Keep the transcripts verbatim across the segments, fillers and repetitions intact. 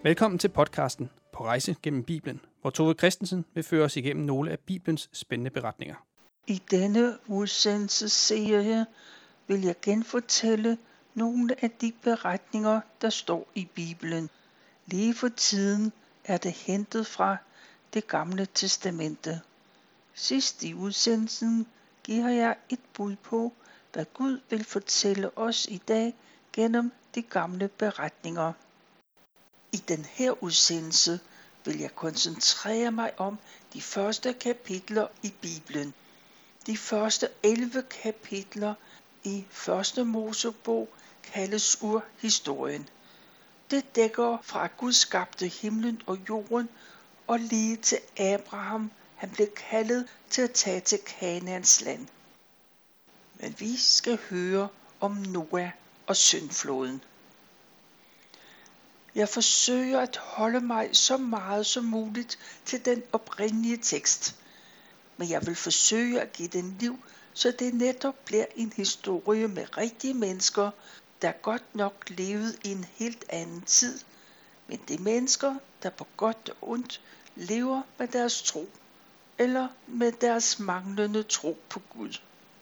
Velkommen til podcasten På rejse gennem Bibelen, hvor Tove Christensen vil føre os igennem nogle af Bibelens spændende beretninger. I denne udsendelsesserie vil jeg genfortælle nogle af de beretninger, der står i Bibelen. Lige for tiden er det hentet fra Det Gamle Testamente. Sidst i udsendelsen giver jeg et bud på, hvad Gud vil fortælle os i dag gennem de gamle beretninger. I den her udsendelse vil jeg koncentrere mig om de første kapitler i Bibelen. De første elleve kapitler i første Mosebog kaldes urhistorien. Det dækker fra Gud skabte himlen og jorden og lige til Abraham, han blev kaldet til at tage til Kanaans land. Men vi skal høre om Noah og syndfloden. Jeg forsøger at holde mig så meget som muligt til den oprindelige tekst, men jeg vil forsøge at give den liv, så det netop bliver en historie med rigtige mennesker, der godt nok levede i en helt anden tid, men de mennesker, der på godt og ondt lever med deres tro, eller med deres manglende tro på Gud.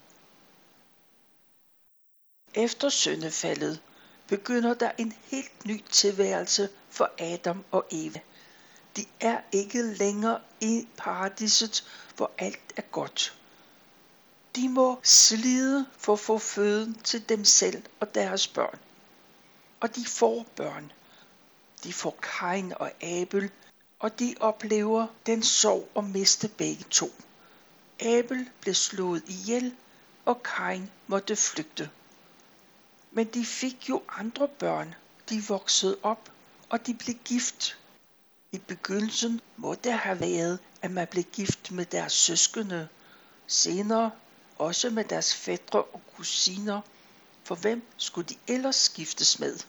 Efter syndefaldet begynder der en helt ny tilværelse for Adam og Eva. De er ikke længere i paradiset, hvor alt er godt. De må slide for at få føden til dem selv og deres børn. Og de får børn. De får Kain og Abel, og de oplever den sorg at miste begge to. Abel blev slået ihjel, og Kain måtte flygte. Men de fik jo andre børn. De voksede op, og de blev gift. I begyndelsen må det have været, at man blev gift med deres søskende. Senere også med deres fætre og kusiner. For hvem skulle de ellers giftes med?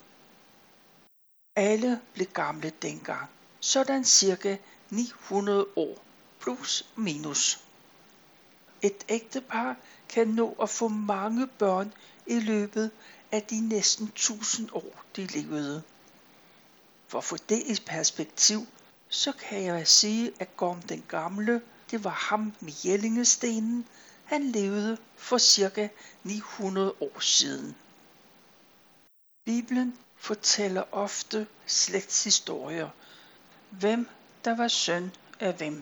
Alle blev gamle dengang. Sådan cirka ni hundrede år. Plus minus. Et ægtepar kan nå at få mange børn i løbet af de næsten tusind år, de levede. For at få det i perspektiv, så kan jeg sige, at Gorm den Gamle, det var ham med Jellingestenen, han levede for cirka ni hundrede år siden. Bibelen fortæller ofte slægtshistorier, hvem der var søn af hvem.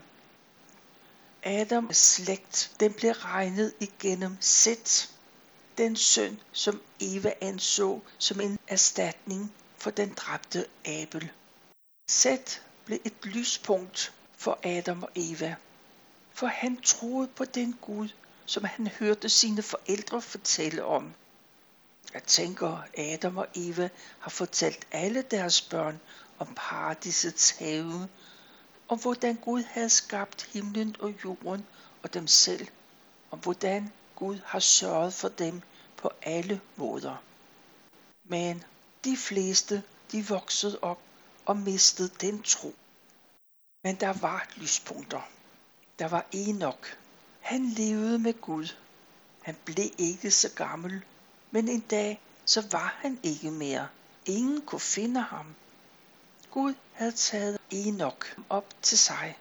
Adams slægt, den blev regnet igennem Set, den søn, som Eva anså som en erstatning for den dræbte Abel. Set blev et lyspunkt for Adam og Eva, for han troede på den Gud, som han hørte sine forældre fortælle om. Jeg tænker, Adam og Eva har fortalt alle deres børn om paradisets have, om hvordan Gud havde skabt himlen og jorden og dem selv, om hvordan Gud har sørget for dem på alle måder. Men de fleste, de voksede op og mistede den tro. Men der var lyspunkter. Der var Enok. Han levede med Gud. Han blev ikke så gammel, men en dag så var han ikke mere. Ingen kunne finde ham. Gud havde taget Enok op til sig.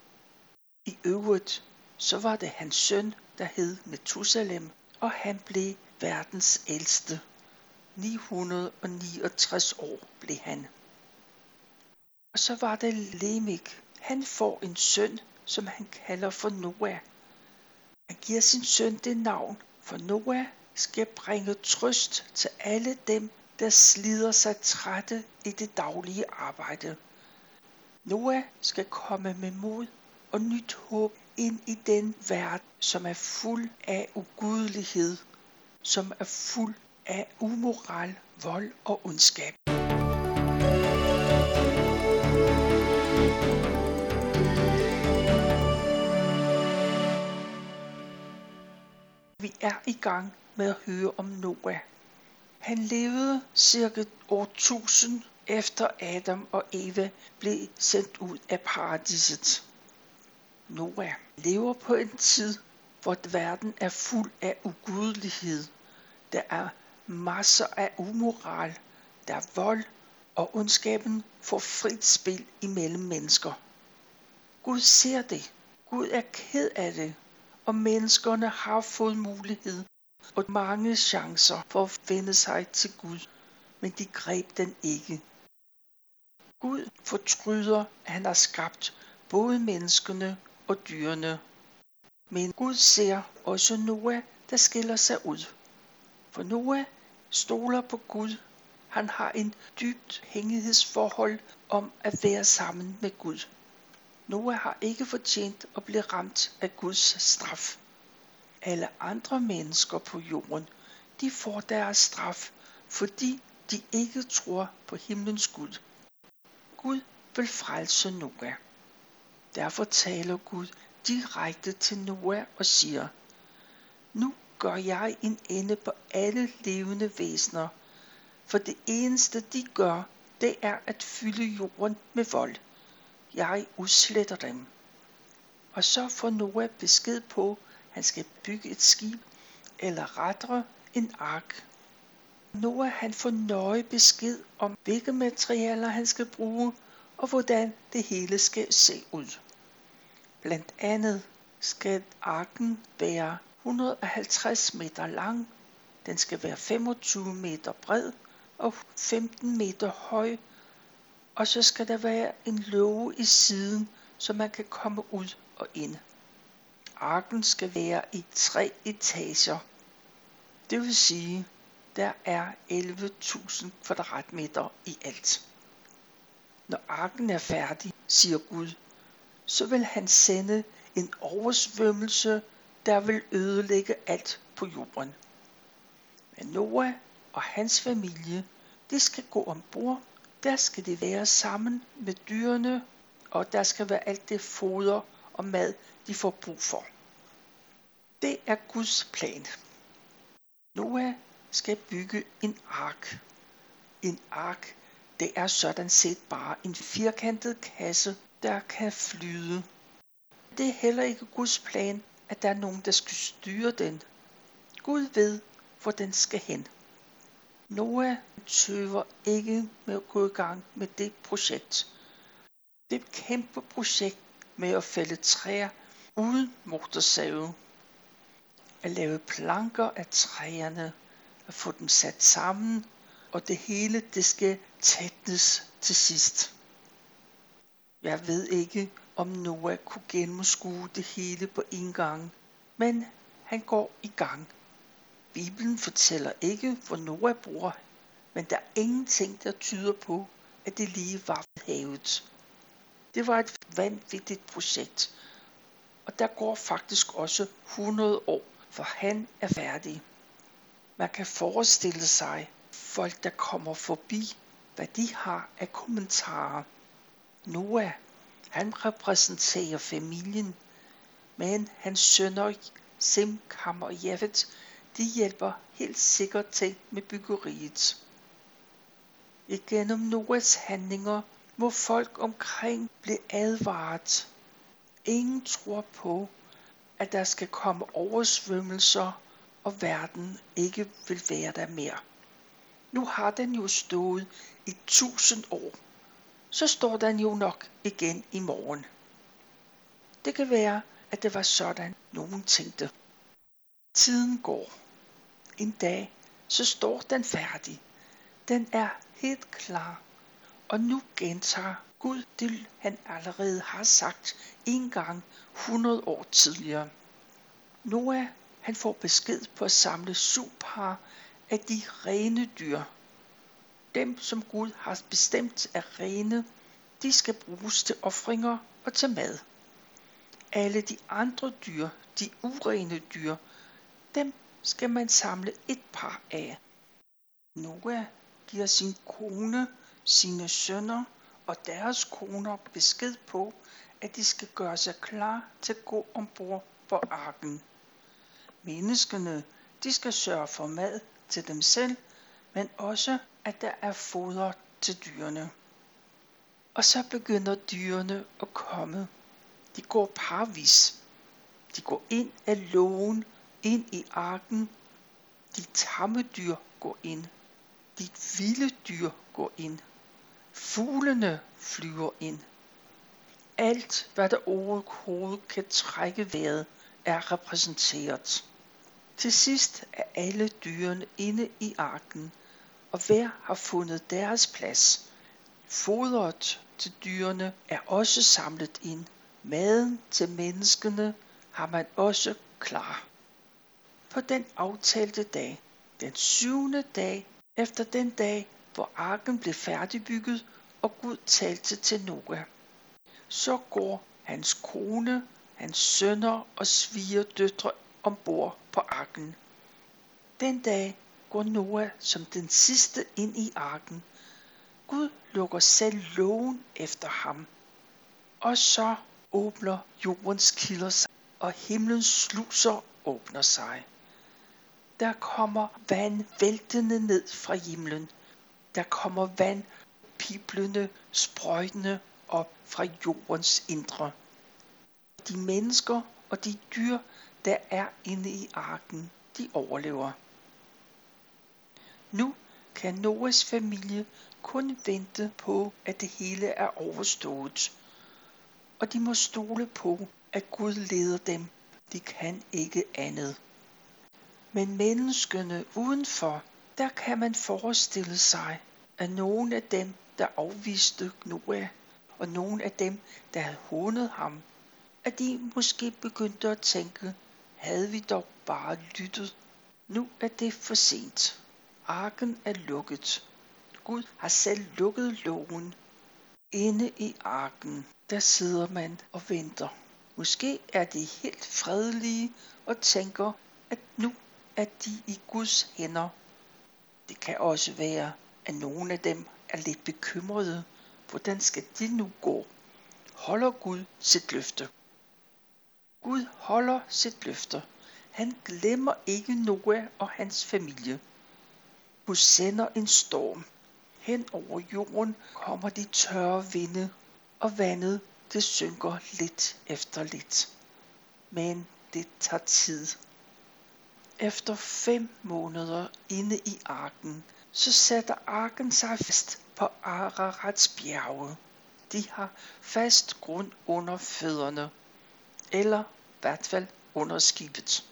I øvrigt så var det hans søn, der hed Metusalem, og han blev verdens ældste. ni hundrede og niogtres år blev han. Og så var det Lemik. Han får en søn, som han kalder for Noah. Han giver sin søn det navn, for Noah skal bringe trøst til alle dem, der slider sig trætte i det daglige arbejde. Noah skal komme med mod og nyt håb ind i den verden, som er fuld af ugudelighed, som er fuld af umoral, vold og ondskab. Vi er i gang med at høre om Noah. Han levede cirka år tusind efter Adam og Eva blev sendt ud af paradiset. Noah lever på en tid, hvor verden er fuld af ugudelighed. Der er masser af umoral, der er vold og ondskaben får frit spil imellem mennesker. Gud ser det. Gud er ked af det, og menneskerne har fået mulighed og mange chancer for at vende sig til Gud, men de greb den ikke. Gud fortryder, at han har skabt både menneskene og dyrene. Men Gud ser også Noah, der skiller sig ud. For Noah stoler på Gud. Han har en dybt hængighedsforhold om at være sammen med Gud. Noah har ikke fortjent at blive ramt af Guds straf. Alle andre mennesker på jorden, de får deres straf, fordi de ikke tror på himlens Gud. Gud vil frelse Noah. Derfor taler Gud direkte til Noah og siger: Nu gør jeg en ende på alle levende væsener, for det eneste de gør, det er at fylde jorden med vold. Jeg udsletter dem. Og så får Noah besked på, at han skal bygge et skib, eller rettere en ark. Noah han får nøje besked om, hvilke materialer han skal bruge, og hvordan det hele skal se ud. Blandt andet skal arken være et hundrede og halvtreds meter lang, den skal være femogtyve meter bred og femten meter høj, og så skal der være en låge i siden, så man kan komme ud og ind. Arken skal være i tre etager. Det vil sige, der er elleve tusind kvadratmeter i alt. Når arken er færdig, siger Gud, så vil han sende en oversvømmelse, der vil ødelægge alt på jorden. Men Noah og hans familie, de skal gå ombord. Der skal de være sammen med dyrene, og der skal være alt det foder og mad, de får brug for. Det er Guds plan. Noah skal bygge en ark. En ark, det er sådan set bare en firkantet kasse, der kan flyde. Det er heller ikke Guds plan, at der er nogen, der skal styre den. Gud ved, hvor den skal hen. Noah tøver ikke med at gå i gang med det projekt. Det er et kæmpe projekt med at fælde træer uden motorsave. At lave planker af træerne, at få dem sat sammen, og det hele det skal tætnes til sidst. Jeg ved ikke, om Noah kunne gennemskue det hele på en gang, men han går i gang. Bibelen fortæller ikke, hvor Noah bor, men der er ingenting, der tyder på, at det lige var ved havet. Det var et vanvittigt projekt, og der går faktisk også hundrede år, for han er færdig. Man kan forestille sig folk, der kommer forbi, hvad de har af kommentarer. Noah, han repræsenterer familien, men hans sønner Sem, Ham og Jafet, de hjælper helt sikkert til med byggeriet. Igennem Noahs handlinger må folk omkring blive advaret. Ingen tror på, at der skal komme oversvømmelser, og verden ikke vil være der mere. Nu har den jo stået i tusind år. Så står den jo nok igen i morgen. Det kan være, at det var sådan, nogen tænkte. Tiden går. En dag, så står den færdig. Den er helt klar. Og nu gentager Gud det, han allerede har sagt en gang hundrede år tidligere. Noah, han får besked på at samle syv par af de rene dyr. Dem, som Gud har bestemt er rene, de skal bruges til ofringer og til mad. Alle de andre dyr, de urene dyr, dem skal man samle et par af. Noah giver sin kone, sine sønner og deres koner besked på, at de skal gøre sig klar til at gå ombord på arken. Menneskene, de skal sørge for mad til dem selv, men også, at der er foder til dyrene. Og så begynder dyrene at komme. De går parvis. De går ind af lågen, ind i arken. De tamme dyr går ind. De vilde dyr går ind. Fuglene flyver ind. Alt, hvad der overhovedet kan trække vejret, er repræsenteret. Til sidst er alle dyrene inde i arken, og hver har fundet deres plads. Fodret til dyrene er også samlet ind. Maden til menneskene har man også klar. På den aftalte dag, den syvende dag efter den dag, hvor arken blev færdigbygget, og Gud talte til Noah, så går hans kone, hans sønner og svigerdøtre ombord på arken. Den dag går Noah som den sidste ind i arken. Gud lukker selv lågen efter ham. Og så åbner jordens kilder sig, og himlens sluser åbner sig. Der kommer vand væltende ned fra himlen. Der kommer vand piblende, sprøjtende op fra jordens indre. De mennesker og de dyr, der er inde i arken, de overlever. Nu kan Noahs familie kun vente på, at det hele er overstået. Og de må stole på, at Gud leder dem. De kan ikke andet. Men menneskene udenfor, der kan man forestille sig, at nogle af dem, der afviste Noah, og nogle af dem, der havde hånet ham, at de måske begyndte at tænke, havde vi dog bare lyttet. Nu er det for sent. Arken er lukket. Gud har selv lukket lågen. Inde i arken, der sidder man og venter. Måske er de helt fredelige og tænker, at nu er de i Guds hænder. Det kan også være, at nogle af dem er lidt bekymrede. Hvordan skal de nu gå? Holder Gud sit løfte? Gud holder sit løfte. Han glemmer ikke Noah og hans familie. Gud sender en storm. Hen over jorden kommer de tørre vinde, og vandet det synker lidt efter lidt. Men det tager tid. Efter fem måneder inde i arken, så sætter arken sig fast på Ararats bjerge. De har fast grund under fødderne, eller i hvert fald under skibet.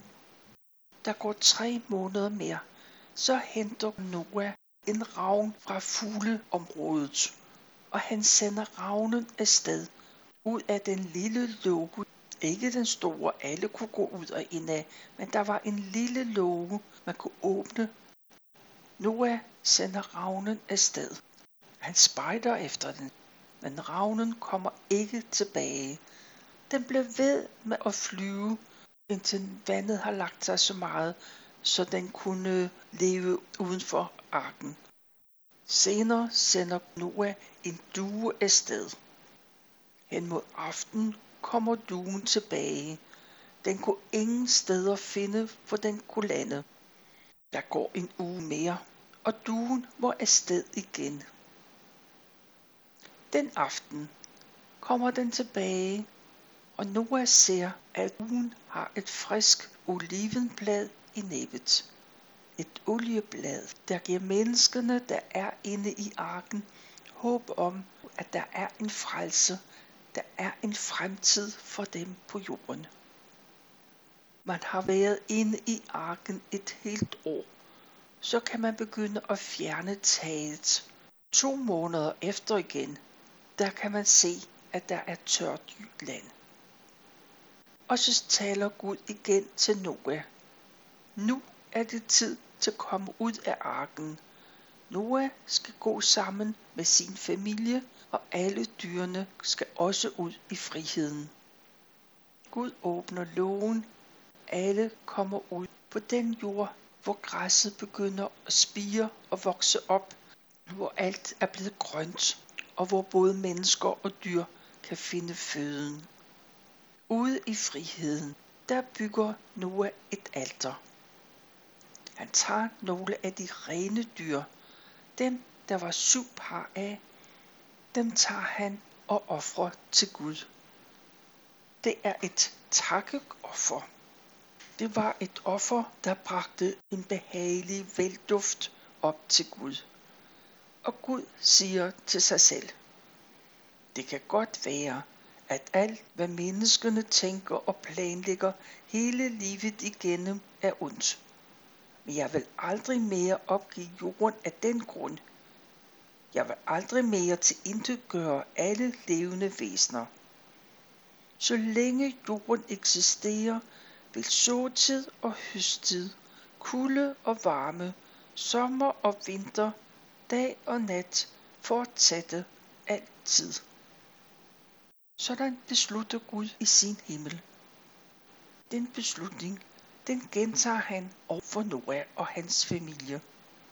Der går tre måneder mere, så henter Noah en ravn fra fugleområdet, og han sender ravnen afsted ud af den lille låge. Ikke den store, alle kunne gå ud og ind af, men der var en lille låge, man kunne åbne. Noah sender ravnen afsted. Han spejder efter den, men ravnen kommer ikke tilbage. Den bliver ved med at flyve, indtil vandet har lagt sig så meget, så den kunne leve uden for arken. Senere sender Noah en due afsted. Hen mod aften kommer duen tilbage. Den kunne ingen steder finde, hvor den kunne lande. Der går en uge mere, og duen må afsted igen. Den aften kommer den tilbage, og Noah ser, at duen har et frisk olivenblad i næbbet. Et olieblad, der giver menneskene, der er inde i arken, håb om, at der er en frelse, der er en fremtid for dem på jorden. Man har været inde i arken et helt år, så kan man begynde at fjerne taget. To måneder efter igen, der kan man se, at der er tørt land. Og så taler Gud igen til Noah. Nu er det tid til at komme ud af arken. Noah skal gå sammen med sin familie, og alle dyrene skal også ud i friheden. Gud åbner lågen. Alle kommer ud på den jord, hvor græsset begynder at spire og vokse op, hvor alt er blevet grønt, og hvor både mennesker og dyr kan finde føden. Ude i friheden, der bygger Noah et alter. Han tager nogle af de rene dyr, dem der var syv par af, dem tager han og ofrer til Gud. Det er et takkeoffer. Det var et offer, der bragte en behagelig velduft op til Gud. Og Gud siger til sig selv: det kan godt være, at alt, hvad menneskene tænker og planlægger hele livet igennem, er ondt. Men jeg vil aldrig mere opgive jorden af den grund. Jeg vil aldrig mere tilintetgøre alle levende væsener. Så længe jorden eksisterer, vil såtid og høsttid, kulde og varme, sommer og vinter, dag og nat fortsætte altid. Sådan beslutter Gud i sin himmel. Den beslutning, den gentager han over for Noah og hans familie.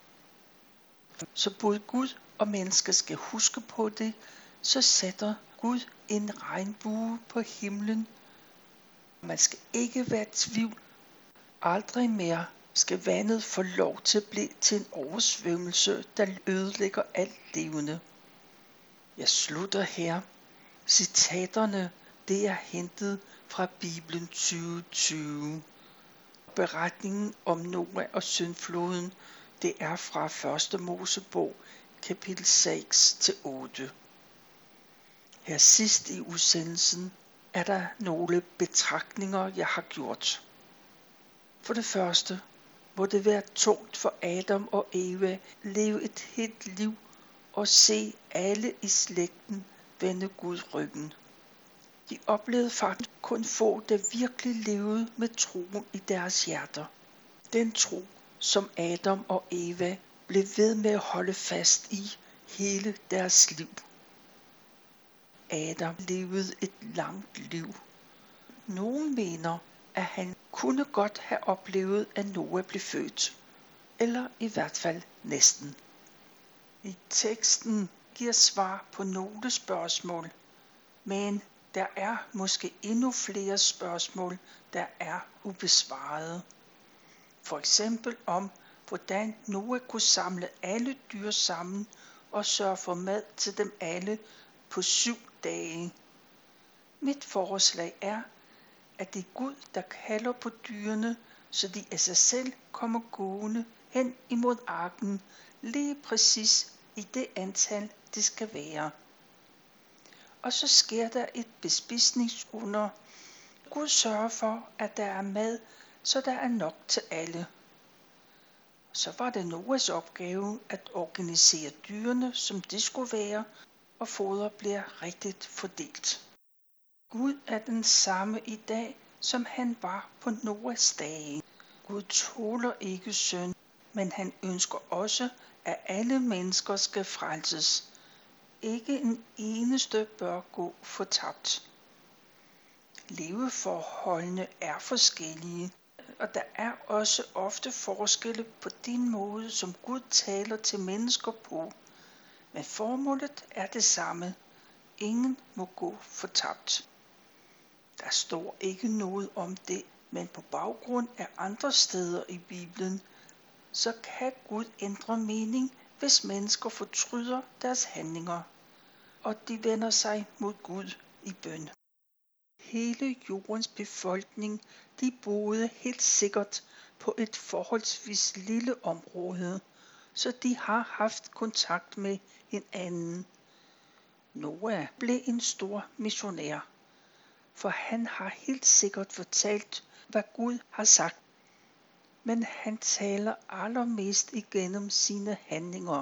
Så både Gud og mennesker skal huske på det, så sætter Gud en regnbue på himlen. Man skal ikke være i tvivl. Aldrig mere skal vandet få lov til at blive til en oversvømmelse, der ødelægger alt levende. Jeg slutter her. Citaterne, det er hentet fra Bibelen tyve tyve. Beretningen om Noah og syndfloden, det er fra første Mosebog, kapitel seks til otte. Her sidst i udsendelsen er der nogle betragtninger, jeg har gjort. For det første må det være tungt for Adam og Eva leve et helt liv og se alle i slægten vende Gud ryggen. De oplevede faktisk kun få, der virkelig levede med troen i deres hjerter. Den tro, som Adam og Eva blev ved med at holde fast i hele deres liv. Adam levede et langt liv. Nogle mener, at han kunne godt have oplevet, at Noah blev født. Eller i hvert fald næsten. I teksten giver svar på nogle spørgsmål, men der er måske endnu flere spørgsmål, der er ubesvarede. For eksempel om, hvordan Noah kunne samle alle dyr sammen og sørge for mad til dem alle på syv dage. Mit forslag er, at det er Gud, der kalder på dyrene, så de af sig selv kommer gående hen imod arken, lige præcis i det antal, det skal være. Og så sker der et bespisningsunder. Gud sørger for, at der er mad, så der er nok til alle. Så var det Noahs opgave at organisere dyrene, som det skulle være, og foder bliver rigtigt fordelt. Gud er den samme i dag, som han var på Noahs dage. Gud tåler ikke synd, men han ønsker også, at alle mennesker skal frelses. Ikke en eneste bør gå fortabt. Leveforholdene er forskellige, og der er også ofte forskelle på den måde, som Gud taler til mennesker på. Men formålet er det samme. Ingen må gå fortabt. Der står ikke noget om det, men på baggrund af andre steder i Bibelen, så kan Gud ændre mening, hvis mennesker fortryder deres handlinger, og de vender sig mod Gud i bøn. Hele jordens befolkning, de boede helt sikkert på et forholdsvis lille område, så de har haft kontakt med hinanden. Noah blev en stor missionær, for han har helt sikkert fortalt, hvad Gud har sagt. Men han taler allermest igennem sine handlinger.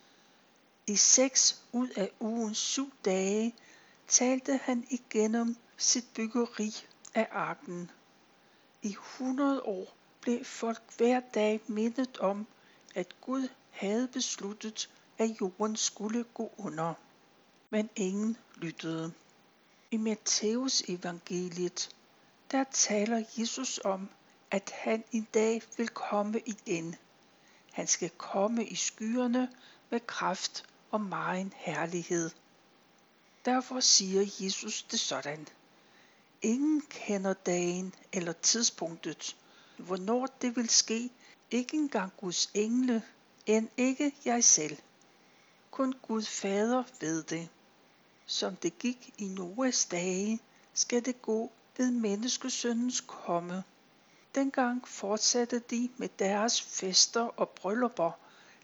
I seks ud af ugens syv dage talte han igennem sit byggeri af arken. I hundrede år blev folk hver dag mindet om, at Gud havde besluttet, at jorden skulle gå under. Men ingen lyttede. I Matthæus evangeliet, der taler Jesus om, at han en dag vil komme igen. Han skal komme i skyerne med kraft og megen herlighed. Derfor siger Jesus det sådan. Ingen kender dagen eller tidspunktet, hvornår det vil ske, ikke engang Guds engle, end ikke jeg selv. Kun Gud Fader ved det. Som det gik i Noahs dage, skal det gå ved menneskesøndens komme. Dengang fortsatte de med deres fester og bryllupper,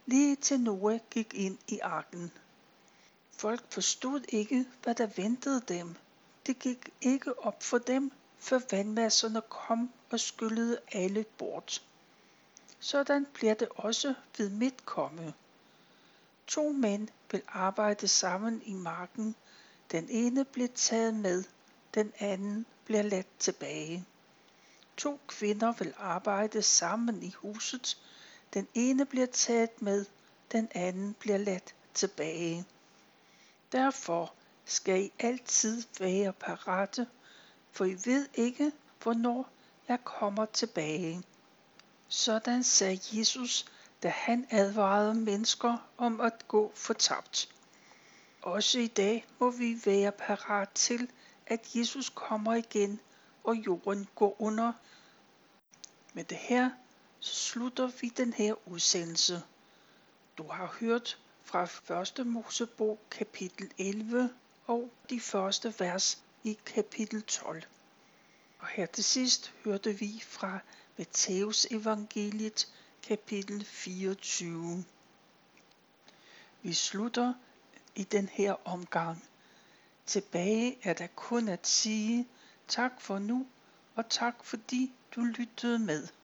lige til Noah gik ind i arken. Folk forstod ikke, hvad der ventede dem. Det gik ikke op for dem, før vandmasserne kom og skyllede alle bort. Sådan bliver det også ved mit komme. To mænd vil arbejde sammen i marken. Den ene bliver taget med, den anden bliver ladt tilbage. To kvinder vil arbejde sammen i huset. Den ene bliver taget med, den anden bliver ladt tilbage. Derfor skal I altid være parate, for I ved ikke, hvornår jeg kommer tilbage. Sådan sagde Jesus, da han advarede mennesker om at gå fortabt. Også i dag må vi være parat til, at Jesus kommer igen, og jorden går under. Med det her så slutter vi den her udsendelse. Du har hørt fra første Mosebog kapitel elleve og de første vers i kapitel tolv. Og her til sidst hørte vi fra Matthæus evangeliet kapitel fireogtyve. Vi slutter i den her omgang. Tilbage er der kun at sige tak for nu, og tak fordi du lyttede med.